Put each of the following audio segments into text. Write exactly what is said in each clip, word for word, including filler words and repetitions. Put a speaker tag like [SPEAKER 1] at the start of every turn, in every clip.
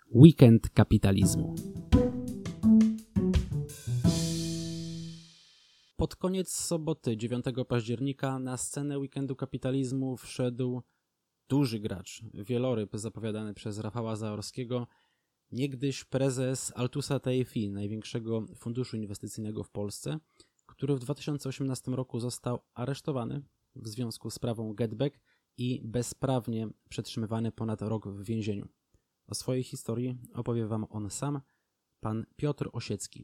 [SPEAKER 1] Weekend kapitalizmu. Pod koniec soboty, dziewiątego października, na scenę Weekendu kapitalizmu wszedł duży gracz, wieloryb zapowiadany przez Rafała Zaorskiego, niegdyś prezes Altusa T F I, największego funduszu inwestycyjnego w Polsce, który w dwa tysiące osiemnastym roku został aresztowany w związku z sprawą GetBack i bezprawnie przetrzymywany ponad rok w więzieniu. O swojej historii opowie Wam on sam, pan Piotr Osiecki.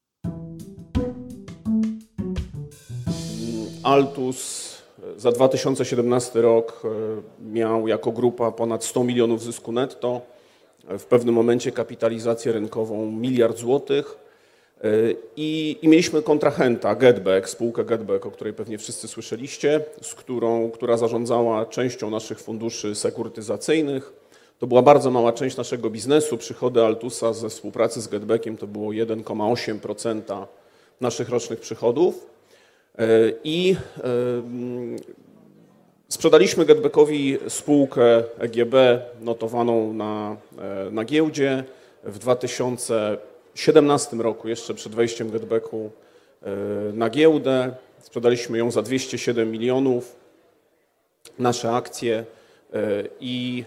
[SPEAKER 2] Altus za dwa tysiące siedemnasty rok miał jako grupa ponad sto milionów zysku netto, w pewnym momencie kapitalizację rynkową miliard złotych i, i mieliśmy kontrahenta GetBack, spółkę GetBack, o której pewnie wszyscy słyszeliście, z którą, która zarządzała częścią naszych funduszy sekurytyzacyjnych. To była bardzo mała część naszego biznesu. Przychody Altusa ze współpracy z GetBackiem to było jeden przecinek osiem procent naszych rocznych przychodów. I sprzedaliśmy GetBackowi spółkę E G B notowaną na, na giełdzie w dwa tysiące siedemnastym roku, jeszcze przed wejściem GetBacku na giełdę. Sprzedaliśmy ją za dwieście siedem milionów, nasze akcje. I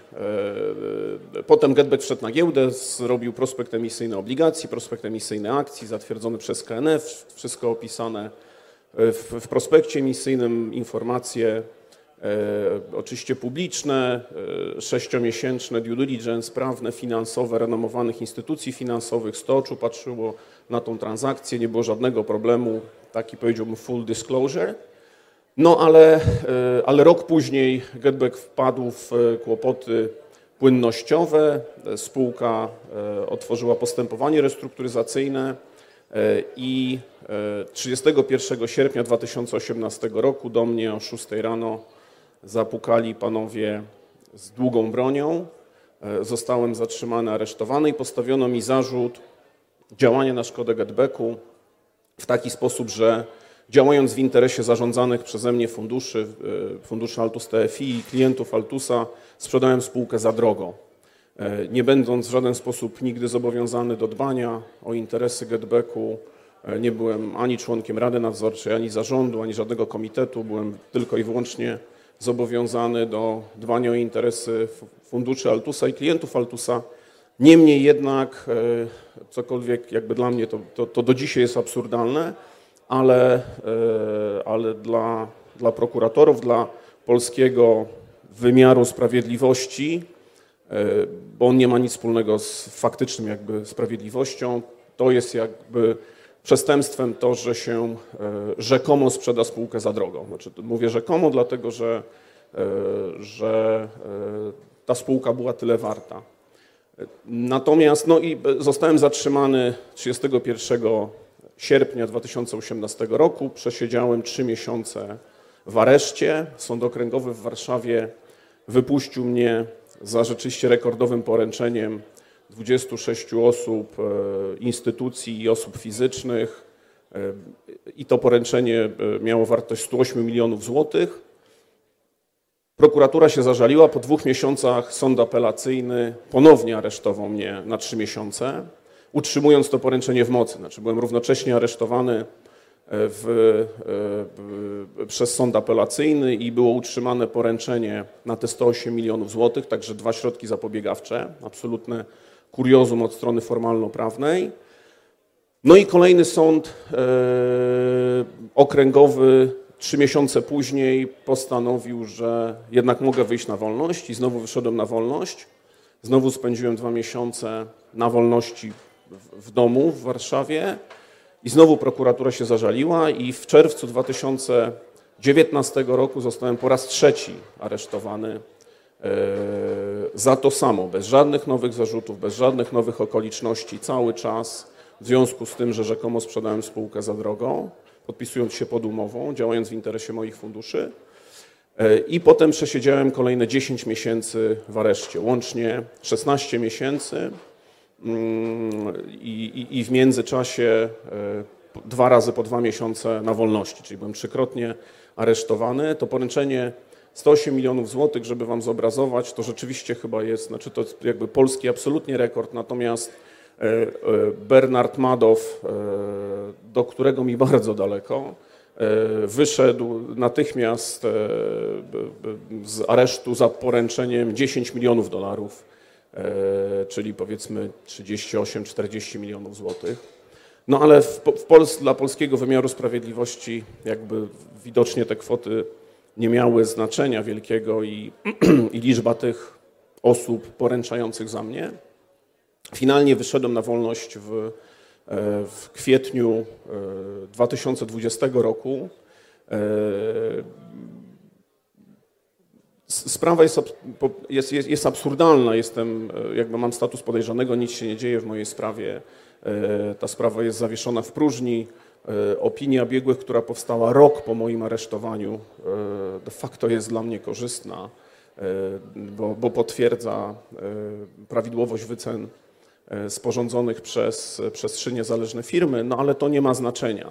[SPEAKER 2] potem GetBack wszedł na giełdę, zrobił prospekt emisyjny obligacji, prospekt emisyjny akcji, zatwierdzony przez K N F, wszystko opisane w, w prospekcie emisyjnym, informacje oczywiście publiczne, sześciomiesięczne due diligence, prawne, finansowe, renomowanych instytucji finansowych, sto oczu patrzyło na tą transakcję, nie było żadnego problemu, taki powiedziałbym full disclosure. No ale, ale rok później GetBack wpadł w kłopoty płynnościowe, spółka otworzyła postępowanie restrukturyzacyjne i trzydziestego pierwszego sierpnia dwa tysiące osiemnastego roku do mnie o szóstej rano zapukali panowie z długą bronią. Zostałem zatrzymany, aresztowany i postawiono mi zarzut działania na szkodę GetBacku w taki sposób, że działając w interesie zarządzanych przeze mnie funduszy, funduszy Altus T F I i klientów Altusa, sprzedałem spółkę za drogo. Nie będąc w żaden sposób nigdy zobowiązany do dbania o interesy GetBacku, nie byłem ani członkiem Rady Nadzorczej, ani zarządu, ani żadnego komitetu, byłem tylko i wyłącznie zobowiązany do dbania o interesy funduszy Altusa i klientów Altusa. Niemniej jednak, cokolwiek jakby dla mnie to, to, to do dzisiaj jest absurdalne, ale, ale dla, dla prokuratorów, dla polskiego wymiaru sprawiedliwości, bo on nie ma nic wspólnego z faktycznym jakby sprawiedliwością, to jest jakby przestępstwem to, że się rzekomo sprzeda spółkę za drogo. Znaczy, mówię rzekomo, dlatego że, że ta spółka była tyle warta. Natomiast no i zostałem zatrzymany trzydziestego pierwszego sierpnia dwa tysiące osiemnastego roku. Przesiedziałem trzy miesiące w areszcie. Sąd Okręgowy w Warszawie wypuścił mnie za rzeczywiście rekordowym poręczeniem dwudziestu sześciu osób, instytucji i osób fizycznych. I to poręczenie miało wartość stu ośmiu milionów złotych. Prokuratura się zażaliła. Po dwóch miesiącach sąd apelacyjny ponownie aresztował mnie na trzy miesiące, utrzymując to poręczenie w mocy. Znaczy byłem równocześnie aresztowany w, w, przez sąd apelacyjny i było utrzymane poręczenie na te sto osiem milionów złotych, także dwa środki zapobiegawcze, absolutne kuriozum od strony formalno-prawnej. No i kolejny sąd e, okręgowy trzy miesiące później postanowił, że jednak mogę wyjść na wolność i znowu wyszedłem na wolność. Znowu spędziłem dwa miesiące na wolności w, w domu w Warszawie i znowu prokuratura się zażaliła i w czerwcu dwa tysiące dziewiętnastego roku zostałem po raz trzeci aresztowany za to samo, bez żadnych nowych zarzutów, bez żadnych nowych okoliczności, cały czas w związku z tym, że rzekomo sprzedałem spółkę za drogo, podpisując się pod umową, działając w interesie moich funduszy. I potem przesiedziałem kolejne dziesięć miesięcy w areszcie, łącznie szesnaście miesięcy i, i, i w międzyczasie dwa razy po dwa miesiące na wolności, czyli byłem trzykrotnie aresztowany. To poręczenie sto osiem milionów złotych, żeby wam zobrazować, to rzeczywiście chyba jest, znaczy to jest jakby polski absolutnie rekord, natomiast Bernard Madoff, do którego mi bardzo daleko, wyszedł natychmiast z aresztu za poręczeniem dziesięć milionów dolarów, czyli powiedzmy trzydzieści osiem czterdzieści milionów złotych. No ale w, w Pols dla polskiego wymiaru sprawiedliwości jakby widocznie te kwoty nie miały znaczenia wielkiego i, i liczba tych osób poręczających za mnie. Finalnie wyszedłem na wolność w, w kwietniu dwa tysiące dwudziestego roku. Sprawa jest, jest, jest, jest absurdalna, jestem, jakby mam status podejrzanego, nic się nie dzieje w mojej sprawie. Ta sprawa jest zawieszona w próżni. Opinia biegłych, która powstała rok po moim aresztowaniu, de facto jest dla mnie korzystna, bo, bo potwierdza prawidłowość wycen sporządzonych przez, przez trzy niezależne firmy, no ale to nie ma znaczenia.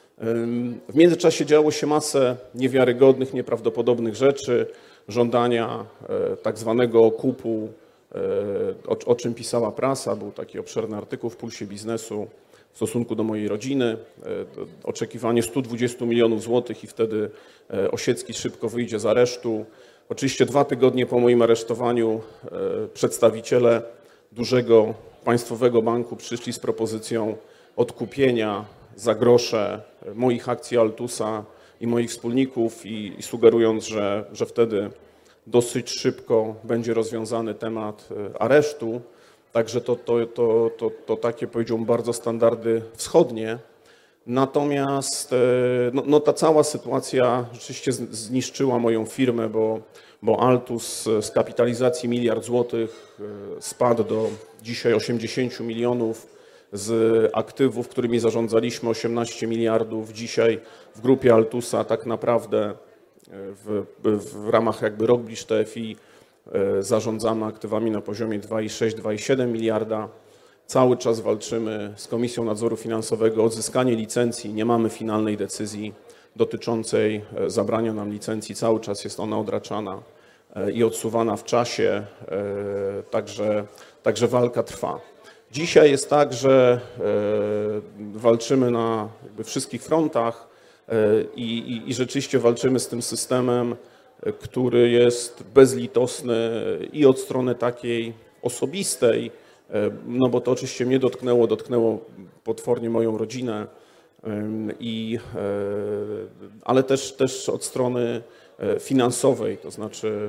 [SPEAKER 2] W międzyczasie działo się masę niewiarygodnych, nieprawdopodobnych rzeczy, żądania tak zwanego okupu, o, o czym pisała prasa, był taki obszerny artykuł w Pulsie Biznesu w stosunku do mojej rodziny, oczekiwanie stu dwudziestu milionów złotych i wtedy Osiecki szybko wyjdzie z aresztu. Oczywiście dwa tygodnie po moim aresztowaniu przedstawiciele dużego państwowego banku przyszli z propozycją odkupienia za grosze moich akcji Altusa i moich wspólników i, i sugerując, że, że wtedy dosyć szybko będzie rozwiązany temat aresztu. Także to, to, to, to, to takie, powiedziałbym, bardzo standardy wschodnie. Natomiast no, no ta cała sytuacja rzeczywiście zniszczyła moją firmę, bo, bo Altus z kapitalizacji miliard złotych spadł do dzisiaj osiemdziesięciu milionów, z aktywów, którymi zarządzaliśmy osiemnaście miliardów. Dzisiaj w grupie Altusa tak naprawdę w, w ramach jakby Rockbridge T F I zarządzamy aktywami na poziomie dwa i sześć, dwa i siedem miliarda. Cały czas walczymy z Komisją Nadzoru Finansowego o odzyskanie licencji. Nie mamy finalnej decyzji dotyczącej zabrania nam licencji. Cały czas jest ona odraczana i odsuwana w czasie, także, także walka trwa. Dzisiaj jest tak, że walczymy na jakby wszystkich frontach i, i, i rzeczywiście walczymy z tym systemem, który jest bezlitosny i od strony takiej osobistej, no bo to oczywiście mnie dotknęło, dotknęło potwornie moją rodzinę, i, ale też, też od strony finansowej, to znaczy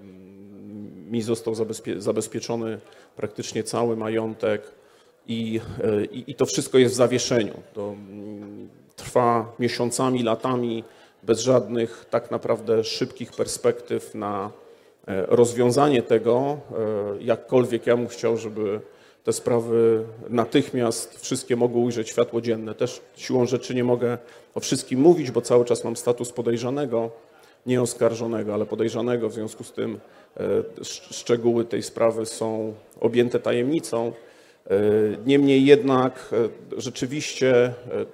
[SPEAKER 2] mi został zabezpie zabezpieczony praktycznie cały majątek i, i, i to wszystko jest w zawieszeniu. To trwa miesiącami, latami, bez żadnych tak naprawdę szybkich perspektyw na rozwiązanie tego, jakkolwiek ja bym chciał, żeby te sprawy natychmiast wszystkie mogły ujrzeć światło dzienne. Też siłą rzeczy nie mogę o wszystkim mówić, bo cały czas mam status podejrzanego, nie oskarżonego, ale podejrzanego, w związku z tym szczegóły tej sprawy są objęte tajemnicą. Niemniej jednak rzeczywiście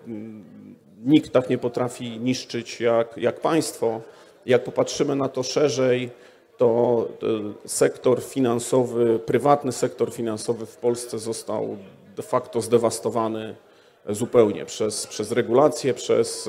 [SPEAKER 2] nikt tak nie potrafi niszczyć jak, jak państwo. Jak popatrzymy na to szerzej, to sektor finansowy, prywatny sektor finansowy w Polsce został de facto zdewastowany zupełnie przez, przez regulacje, przez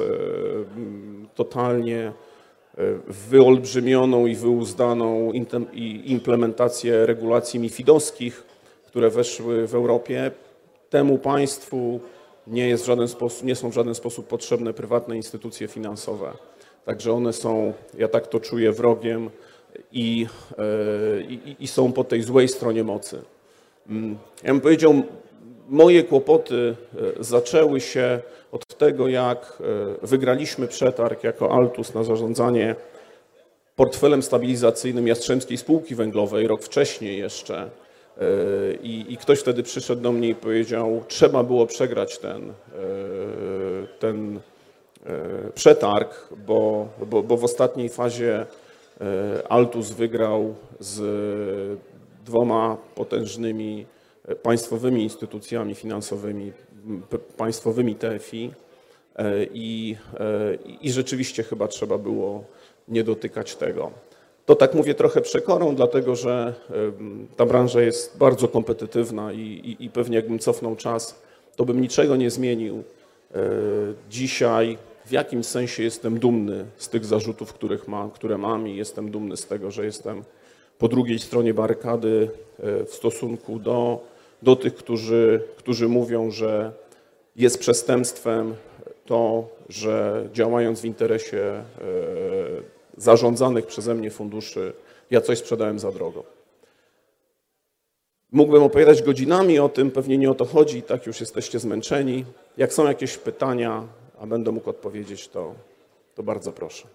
[SPEAKER 2] totalnie wyolbrzymioną i wyuzdaną implementację regulacji mifidowskich, które weszły w Europie. Temu państwu nie, jest w żaden sposób, nie są w żaden sposób potrzebne prywatne instytucje finansowe. Także one są, ja tak to czuję, wrogiem i, i, i są po tej złej stronie mocy. Ja bym powiedział, moje kłopoty zaczęły się od tego, jak wygraliśmy przetarg jako Altus na zarządzanie portfelem stabilizacyjnym Jastrzębskiej Spółki Węglowej rok wcześniej jeszcze. I, I ktoś wtedy przyszedł do mnie i powiedział, trzeba było przegrać ten, ten przetarg, bo, bo, bo w ostatniej fazie Altus wygrał z dwoma potężnymi państwowymi instytucjami finansowymi, państwowymi T F I i, i rzeczywiście chyba trzeba było nie dotykać tego. To tak mówię trochę przekorą, dlatego że ta branża jest bardzo kompetytywna i, i, i pewnie jakbym cofnął czas, to bym niczego nie zmienił. Dzisiaj w jakimś sensie jestem dumny z tych zarzutów, których mam, które mam i jestem dumny z tego, że jestem po drugiej stronie barykady w stosunku do, do tych, którzy, którzy mówią, że jest przestępstwem to, że działając w interesie zarządzanych przeze mnie funduszy, ja coś sprzedałem za drogo. Mógłbym opowiadać godzinami o tym, pewnie nie o to chodzi, tak już jesteście zmęczeni. Jak są jakieś pytania, a będę mógł odpowiedzieć, to, to bardzo proszę.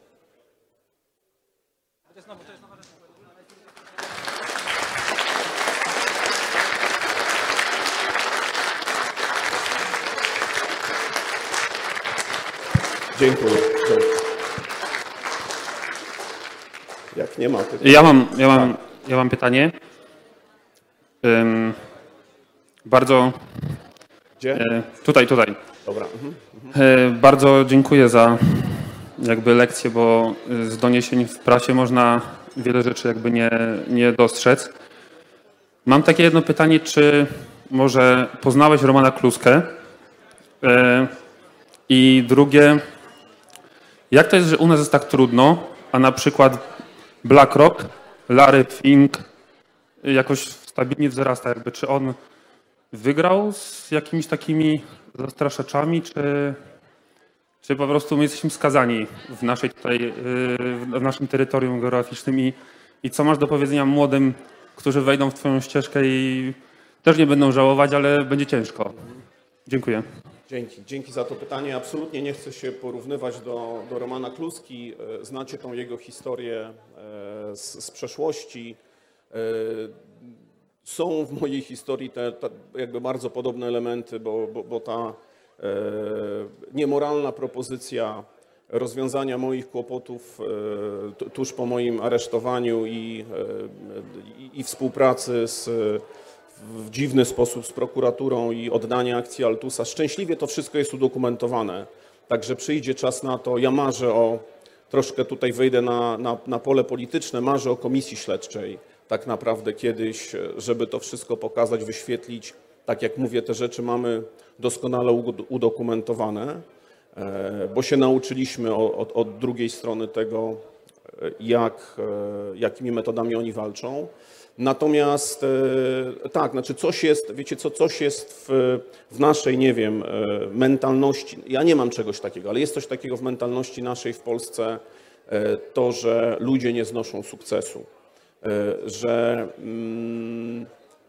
[SPEAKER 2] Dziękuję. Jak nie ma pytań.
[SPEAKER 3] Ja mam, ja mam, ja mam pytanie. Um, bardzo.
[SPEAKER 2] Gdzie?
[SPEAKER 3] E, tutaj, tutaj.
[SPEAKER 2] Dobra. Mhm.
[SPEAKER 3] E, bardzo dziękuję za jakby lekcję, bo z doniesień w prasie można wiele rzeczy jakby nie, nie dostrzec. Mam takie jedno pytanie, czy może poznałeś Romana Kluskę? E, I drugie, jak to jest, że u nas jest tak trudno, a na przykład BlackRock, Larry Fink jakoś stabilnie wzrasta, jakby czy on wygrał z jakimiś takimi zastraszaczami, czy, czy po prostu my jesteśmy skazani w naszej tutaj, w naszym terytorium geograficznym i, i co masz do powiedzenia młodym, którzy wejdą w twoją ścieżkę i też nie będą żałować, ale będzie ciężko. Dziękuję.
[SPEAKER 2] Dzięki. Dzięki za to pytanie. Absolutnie nie chcę się porównywać do, do Romana Kluski. Znacie tą jego historię z, z przeszłości. Są w mojej historii te, te jakby bardzo podobne elementy, bo, bo, bo ta e, niemoralna propozycja rozwiązania moich kłopotów e, tuż po moim aresztowaniu i, e, i, i współpracy z, w dziwny sposób z prokuraturą i oddania akcji Altusa. Szczęśliwie to wszystko jest udokumentowane, także przyjdzie czas na to. Ja marzę o, troszkę tutaj wejdę na, na, na pole polityczne, marzę o komisji śledczej. Tak naprawdę kiedyś, żeby to wszystko pokazać, wyświetlić. Tak jak mówię, te rzeczy mamy doskonale udokumentowane, bo się nauczyliśmy od, od drugiej strony tego, jak, jakimi metodami oni walczą. Natomiast tak, znaczy coś jest, wiecie co, coś jest w, w naszej, nie wiem, mentalności, ja nie mam czegoś takiego, ale jest coś takiego w mentalności naszej w Polsce, to, że ludzie nie znoszą sukcesu. Że mm,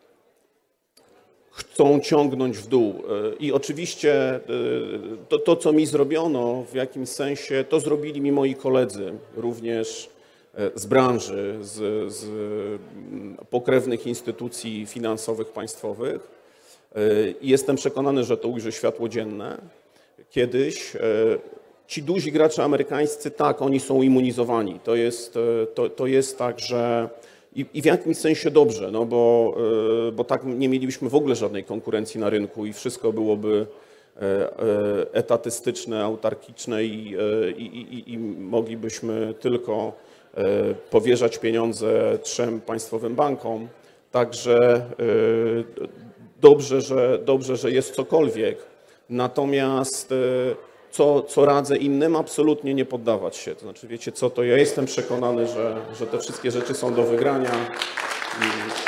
[SPEAKER 2] chcą ciągnąć w dół. I oczywiście to, to, co mi zrobiono w jakimś sensie, to zrobili mi moi koledzy, również z branży, z, z pokrewnych instytucji finansowych, państwowych. I jestem przekonany, że to ujrzy światło dzienne kiedyś. Ci duzi gracze amerykańscy, tak, oni są immunizowani. To jest, to, to jest tak, że i, i w jakimś sensie dobrze, no bo, bo tak nie mielibyśmy w ogóle żadnej konkurencji na rynku i wszystko byłoby etatystyczne, autarkiczne i, i, i, i moglibyśmy tylko powierzać pieniądze trzem państwowym bankom. Także dobrze, że, dobrze, że jest cokolwiek. Natomiast Co, co radzę innym? Absolutnie nie poddawać się. To znaczy, wiecie co, to ja jestem przekonany, że, że te wszystkie rzeczy są do wygrania. I...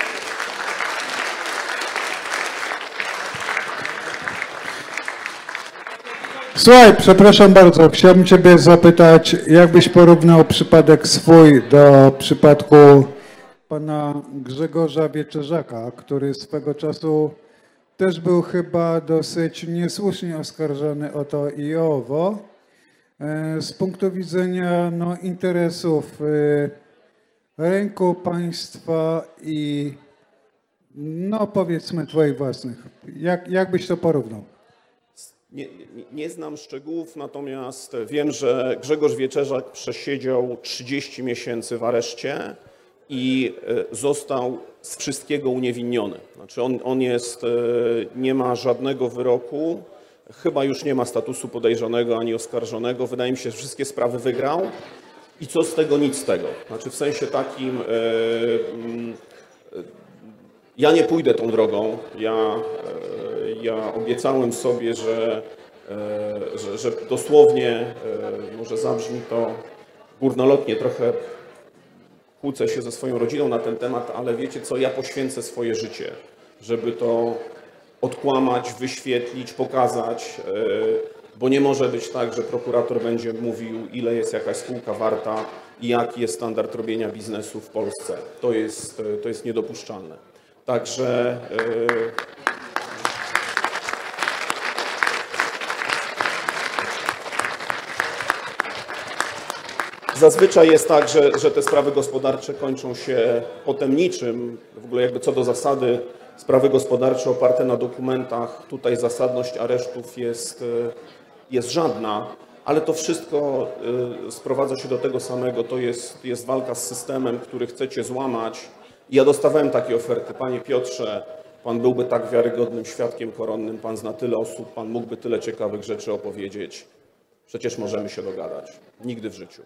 [SPEAKER 4] Słuchaj, przepraszam bardzo, chciałbym Ciebie zapytać, jakbyś porównał przypadek swój do przypadku pana Grzegorza Wieczerzaka, który swego czasu też był chyba dosyć niesłusznie oskarżony o to i owo. Z punktu widzenia no, interesów rynku, państwa i no powiedzmy Twoich własnych. Jak, jak byś to porównał?
[SPEAKER 2] Nie, nie, nie znam szczegółów, natomiast wiem, że Grzegorz Wieczerzak przesiedział trzydzieści miesięcy w areszcie i został z wszystkiego uniewinniony. Znaczy on, on jest, nie ma żadnego wyroku, chyba już nie ma statusu podejrzanego ani oskarżonego. Wydaje mi się, że wszystkie sprawy wygrał I co z tego, nic z tego. Znaczy w sensie takim, ja nie pójdę tą drogą. Ja, ja obiecałem sobie, że, że, że dosłownie, może zabrzmi to górnolotnie, trochę kłócę się ze swoją rodziną na ten temat, ale wiecie co, ja poświęcę swoje życie, żeby to odkłamać, wyświetlić, pokazać, bo nie może być tak, że prokurator będzie mówił, ile jest jakaś spółka warta i jaki jest standard robienia biznesu w Polsce. To jest, to jest niedopuszczalne. Także zazwyczaj jest tak, że, że te sprawy gospodarcze kończą się potem niczym. W ogóle jakby co do zasady sprawy gospodarcze oparte na dokumentach, tutaj zasadność aresztów jest, jest żadna, ale to wszystko sprowadza się do tego samego. To jest, jest walka z systemem, który chcecie złamać. I ja dostawałem takie oferty. Panie Piotrze, pan byłby tak wiarygodnym świadkiem koronnym, pan zna tyle osób, pan mógłby tyle ciekawych rzeczy opowiedzieć. Przecież możemy się dogadać. Nigdy w życiu.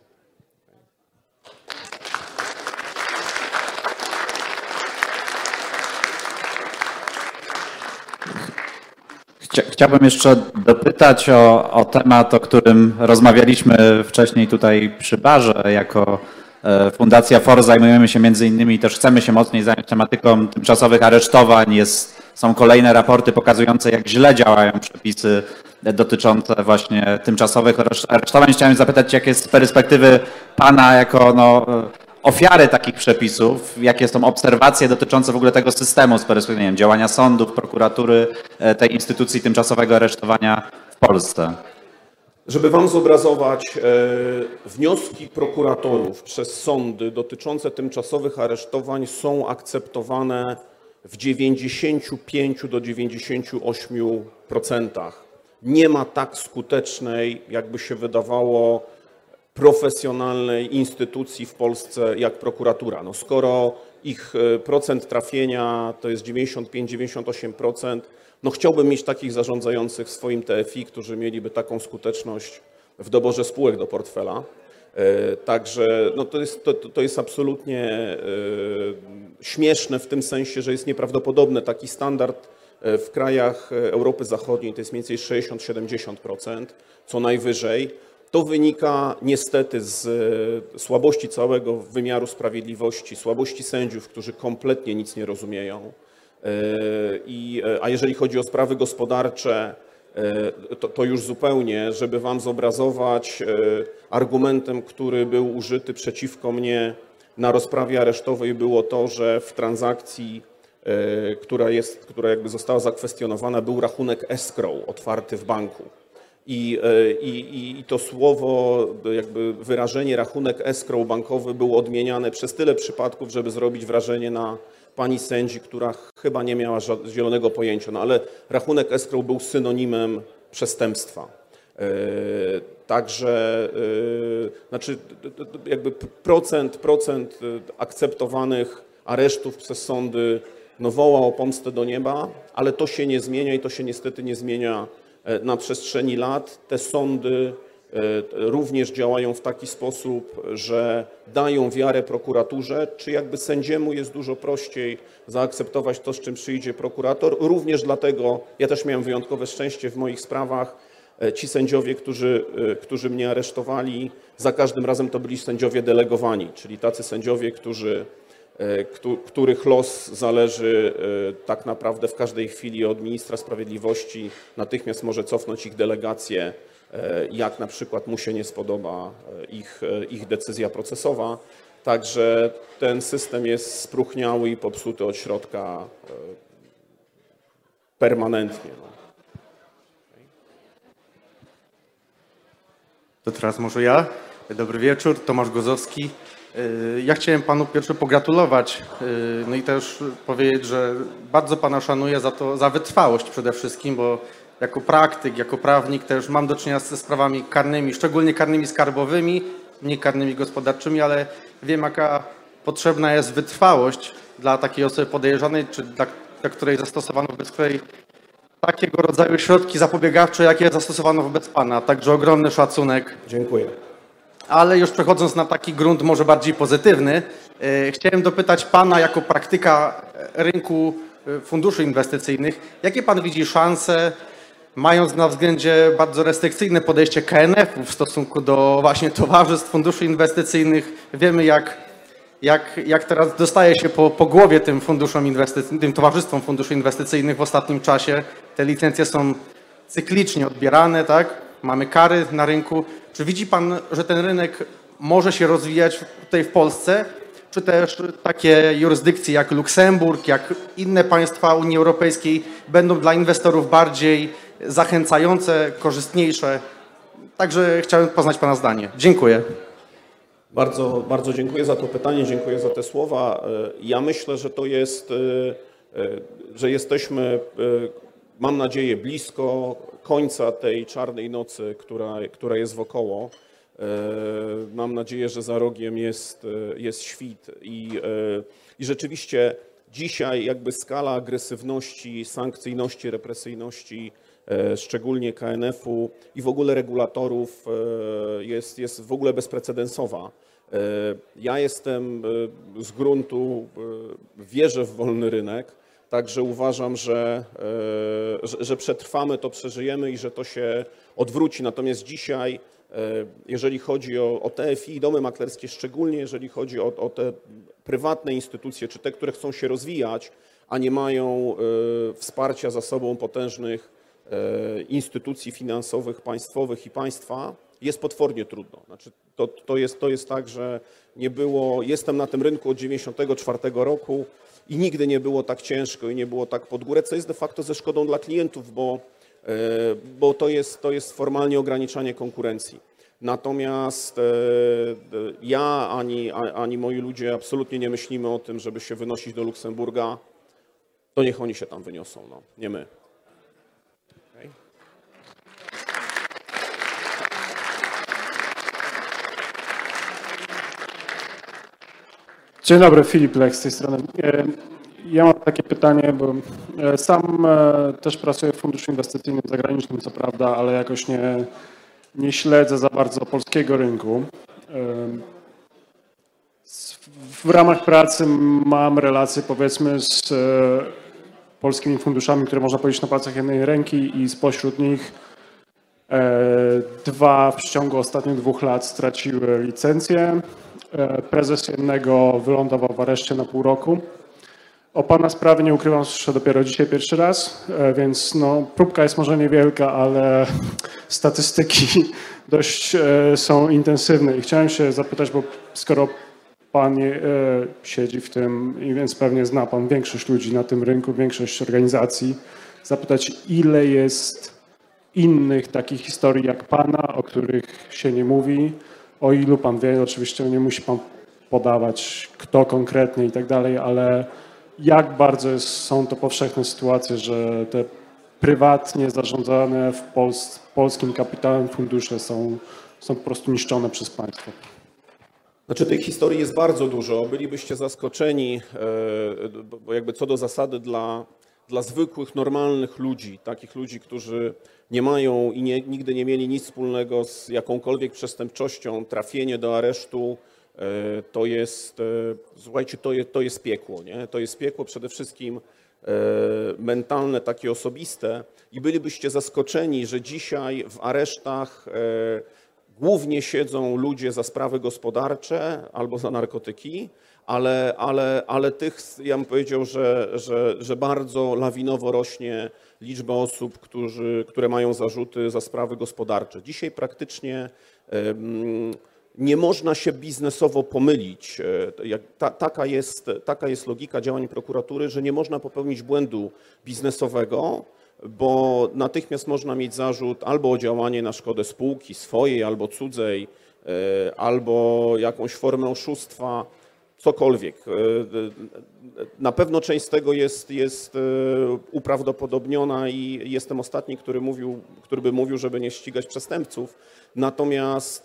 [SPEAKER 5] Chciałbym jeszcze dopytać o, o temat, o którym rozmawialiśmy wcześniej tutaj przy barze. Jako Fundacja F O R zajmujemy się między innymi, też chcemy się mocniej zająć tematyką tymczasowych aresztowań. Jest, są kolejne raporty pokazujące, jak źle działają przepisy dotyczące właśnie tymczasowych aresztowań. Chciałem zapytać, jakie jest z perspektywy pana jako no, ofiary takich przepisów, jakie są obserwacje dotyczące w ogóle tego systemu z perspektywy nie wiem, działania sądów, prokuratury, tej instytucji tymczasowego aresztowania w Polsce?
[SPEAKER 2] Żeby wam zobrazować, e, wnioski prokuratorów przez sądy dotyczące tymczasowych aresztowań są akceptowane w dziewięćdziesięciu pięciu do dziewięćdziesięciu ośmiu procent. Nie ma tak skutecznej, jakby się wydawało, profesjonalnej instytucji w Polsce jak prokuratura. No skoro ich procent trafienia to jest dziewięćdziesiąt pięć do dziewięćdziesięciu ośmiu procent, no chciałbym mieć takich zarządzających w swoim T F I, którzy mieliby taką skuteczność w doborze spółek do portfela. Także no to, jest, to, to jest absolutnie śmieszne w tym sensie, że jest nieprawdopodobne. Taki standard w krajach Europy Zachodniej to jest mniej więcej sześćdziesiąt do siedemdziesięciu procent, co najwyżej. To wynika niestety z słabości całego wymiaru sprawiedliwości, słabości sędziów, którzy kompletnie nic nie rozumieją. I, a jeżeli chodzi o sprawy gospodarcze, to, to już zupełnie, żeby wam zobrazować, argumentem, który był użyty przeciwko mnie na rozprawie aresztowej, było to, że w transakcji, która, jest, która jakby została zakwestionowana, był rachunek escrow otwarty w banku. I, i, I to słowo, jakby wyrażenie rachunek escrow bankowy było odmieniane przez tyle przypadków, żeby zrobić wrażenie na pani sędzi, która chyba nie miała zielonego pojęcia, no ale rachunek escrow był synonimem przestępstwa. Także znaczy jakby procent, procent akceptowanych aresztów przez sądy no woła o pomstę do nieba, ale to się nie zmienia i to się niestety nie zmienia na przestrzeni lat. Te sądy również działają w taki sposób, że dają wiarę prokuraturze, czy jakby sędziemu jest dużo prościej zaakceptować to, z czym przyjdzie prokurator. Również dlatego, ja też miałem wyjątkowe szczęście w moich sprawach, ci sędziowie, którzy, którzy mnie aresztowali, za każdym razem to byli sędziowie delegowani, czyli tacy sędziowie, którzy, których los zależy tak naprawdę w każdej chwili od ministra sprawiedliwości, natychmiast może cofnąć ich delegację, jak na przykład mu się nie spodoba ich, ich decyzja procesowa. Także ten system jest spróchniały i popsuty od środka permanentnie.
[SPEAKER 6] To teraz może ja. Dobry wieczór, Tomasz Gozowski. Ja chciałem panu Piotrze pogratulować, no i też powiedzieć, że bardzo pana szanuję za to, za wytrwałość przede wszystkim, bo jako praktyk, jako prawnik też mam do czynienia ze sprawami karnymi, szczególnie karnymi skarbowymi, nie karnymi gospodarczymi, ale wiem, jaka potrzebna jest wytrwałość dla takiej osoby podejrzanej, czy dla, dla której zastosowano wobec której takiego rodzaju środki zapobiegawcze, jakie zastosowano wobec pana. Także ogromny szacunek.
[SPEAKER 2] Dziękuję.
[SPEAKER 6] Ale już przechodząc na taki grunt może bardziej pozytywny, chciałem dopytać Pana jako praktyka rynku funduszy inwestycyjnych, jakie Pan widzi szanse, mając na względzie bardzo restrykcyjne podejście K N F u w stosunku do właśnie towarzystw funduszy inwestycyjnych. Wiemy, jak, jak, jak teraz dostaje się po, po głowie tym funduszom inwestycyjnym, tym towarzystwom funduszy inwestycyjnych w ostatnim czasie. Te licencje są cyklicznie odbierane, tak? Mamy kary na rynku. Czy widzi Pan, że ten rynek może się rozwijać tutaj w Polsce? Czy też takie jurysdykcje jak Luksemburg, jak inne państwa Unii Europejskiej będą dla inwestorów bardziej zachęcające, korzystniejsze? Także chciałem poznać Pana zdanie. Dziękuję.
[SPEAKER 2] Bardzo, bardzo dziękuję za to pytanie, dziękuję za te słowa. Ja myślę, że to jest, że jesteśmy, mam nadzieję, blisko końca tej czarnej nocy, która, która jest wokoło. Mam nadzieję, że za rogiem jest, jest świt i, i rzeczywiście dzisiaj jakby skala agresywności, sankcyjności, represyjności, szczególnie K N F u i w ogóle regulatorów jest, jest w ogóle bezprecedensowa. Ja jestem z gruntu, wierzę w wolny rynek, także uważam, że, że, że przetrwamy to, przeżyjemy i że to się odwróci. Natomiast dzisiaj, jeżeli chodzi o, o T F I i domy maklerskie, szczególnie jeżeli chodzi o, o te prywatne instytucje, czy te, które chcą się rozwijać, a nie mają wsparcia za sobą potężnych instytucji finansowych, państwowych i państwa, jest potwornie trudno. Znaczy, to, to, jest, to jest tak, że nie było, jestem na tym rynku od dziewięćdziesiątego czwartego roku i nigdy nie było tak ciężko i nie było tak pod górę, co jest de facto ze szkodą dla klientów, bo, bo to jest, to jest formalnie ograniczanie konkurencji. Natomiast ja ani, ani moi ludzie absolutnie nie myślimy o tym, żeby się wynosić do Luksemburga. To niech oni się tam wyniosą, no, nie my. Okay.
[SPEAKER 7] Dzień dobry, Filip Lech z tej strony. Ja mam takie pytanie, bo sam też pracuję w funduszu inwestycyjnym zagranicznym, co prawda, ale jakoś nie, nie śledzę za bardzo polskiego rynku. W ramach pracy mam relacje, powiedzmy, z polskimi funduszami, które można powiedzieć na palcach jednej ręki i spośród nich dwa w ciągu ostatnich dwóch lat straciły licencję. Prezes jednego wylądował w areszcie na pół roku. O Pana sprawie nie ukrywam, słyszę dopiero dzisiaj pierwszy raz, więc no, próbka jest może niewielka, ale statystyki dość są intensywne. I chciałem się zapytać, bo skoro Pan siedzi w tym i więc pewnie zna Pan większość ludzi na tym rynku, większość organizacji, zapytać, ile jest innych takich historii jak Pana, o których się nie mówi, o ilu Pan wie, oczywiście nie musi Pan podawać kto konkretnie i tak dalej, ale jak bardzo jest, są to powszechne sytuacje, że te prywatnie zarządzane w Pols polskim kapitałem fundusze są, są po prostu niszczone przez państwo?
[SPEAKER 2] Znaczy tych historii jest bardzo dużo. Bylibyście zaskoczeni, bo jakby co do zasady dla, dla zwykłych, normalnych ludzi, takich ludzi, którzy nie mają i nie, nigdy nie mieli nic wspólnego z jakąkolwiek przestępczością, trafienie do aresztu, to jest, słuchajcie, to jest, to jest piekło, nie? To jest piekło przede wszystkim mentalne, takie osobiste i bylibyście zaskoczeni, że dzisiaj w aresztach głównie siedzą ludzie za sprawy gospodarcze albo za narkotyki, ale, ale, ale tych, ja bym powiedział, że, że, że bardzo lawinowo rośnie liczba osób, którzy, które mają zarzuty za sprawy gospodarcze. Dzisiaj praktycznie um, nie można się biznesowo pomylić. Ta, taka, jest, taka jest logika działań prokuratury, że nie można popełnić błędu biznesowego, bo natychmiast można mieć zarzut albo o działanie na szkodę spółki swojej, albo cudzej, albo jakąś formę oszustwa, cokolwiek. Na pewno część z tego jest, jest uprawdopodobniona i jestem ostatni, który, mówił, który by mówił, żeby nie ścigać przestępców. Natomiast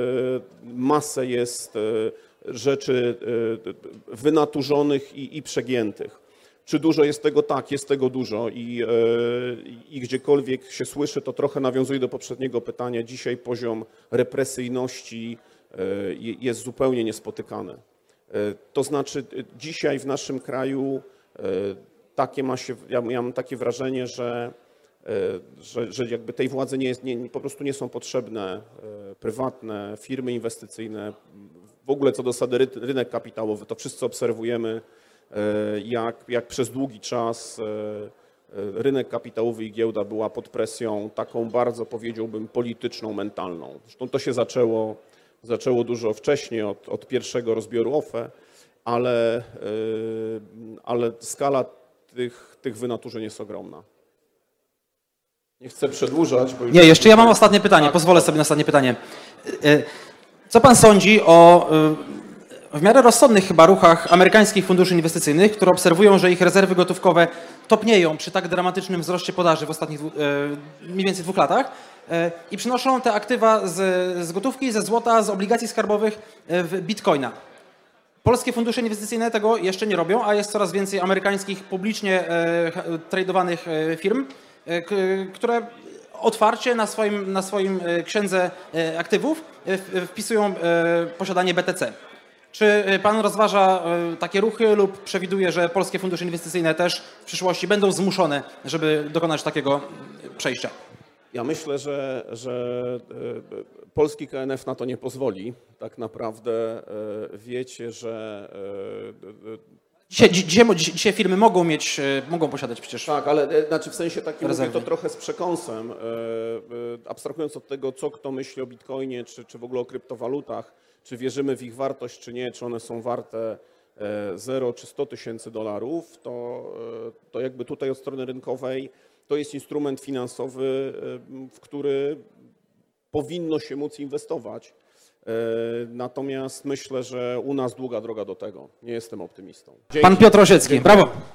[SPEAKER 2] masę jest rzeczy wynaturzonych i, i przegiętych. Czy dużo jest tego? Tak, jest tego dużo i, i gdziekolwiek się słyszy, to trochę nawiązuje do poprzedniego pytania. Dzisiaj poziom represyjności jest zupełnie niespotykany. To znaczy dzisiaj w naszym kraju takie ma się, ja mam takie wrażenie, że, że, że jakby tej władzy nie jest, nie, po prostu nie są potrzebne prywatne firmy inwestycyjne. W ogóle co do zasady rynek kapitałowy, to wszyscy obserwujemy, jak, jak przez długi czas rynek kapitałowy i giełda była pod presją taką bardzo, powiedziałbym, polityczną, mentalną. Zresztą to się zaczęło, zaczęło dużo wcześniej od, od pierwszego rozbioru O F E, ale, ale skala tych, tych wynaturzeń jest ogromna. Nie chcę przedłużać, bo już...
[SPEAKER 8] Nie, jeszcze ja mam ostatnie pytanie, pozwolę sobie na ostatnie pytanie. Co pan sądzi o w miarę rozsądnych chyba ruchach amerykańskich funduszy inwestycyjnych, które obserwują, że ich rezerwy gotówkowe topnieją przy tak dramatycznym wzroście podaży w ostatnich mniej więcej dwóch latach i przynoszą te aktywa z, z gotówki, ze złota, z obligacji skarbowych w bitcoina. Polskie fundusze inwestycyjne tego jeszcze nie robią, a jest coraz więcej amerykańskich publicznie tradowanych firm, które otwarcie na swoim, na swoim księdze aktywów wpisują posiadanie B T C. Czy pan rozważa takie ruchy lub przewiduje, że polskie fundusze inwestycyjne też w przyszłości będą zmuszone, żeby dokonać takiego przejścia?
[SPEAKER 2] Ja myślę, że, że polski K N F na to nie pozwoli. Tak naprawdę wiecie, że...
[SPEAKER 8] Dzisiaj, dzisiaj, dzisiaj firmy mogą mieć, mogą posiadać przecież...
[SPEAKER 2] Tak, ale znaczy w sensie takim mówię
[SPEAKER 8] rezerwy.
[SPEAKER 2] to trochę z przekąsem, abstrahując od tego, co kto myśli o Bitcoinie, czy, czy w ogóle o kryptowalutach, czy wierzymy w ich wartość, czy nie, czy one są warte zero czy sto tysięcy dolarów, to, to jakby tutaj od strony rynkowej to jest instrument finansowy, w który powinno się móc inwestować. Natomiast myślę, że u nas długa droga do tego. Nie jestem optymistą. Dzięki.
[SPEAKER 8] Pan Piotr Osiecki, brawo.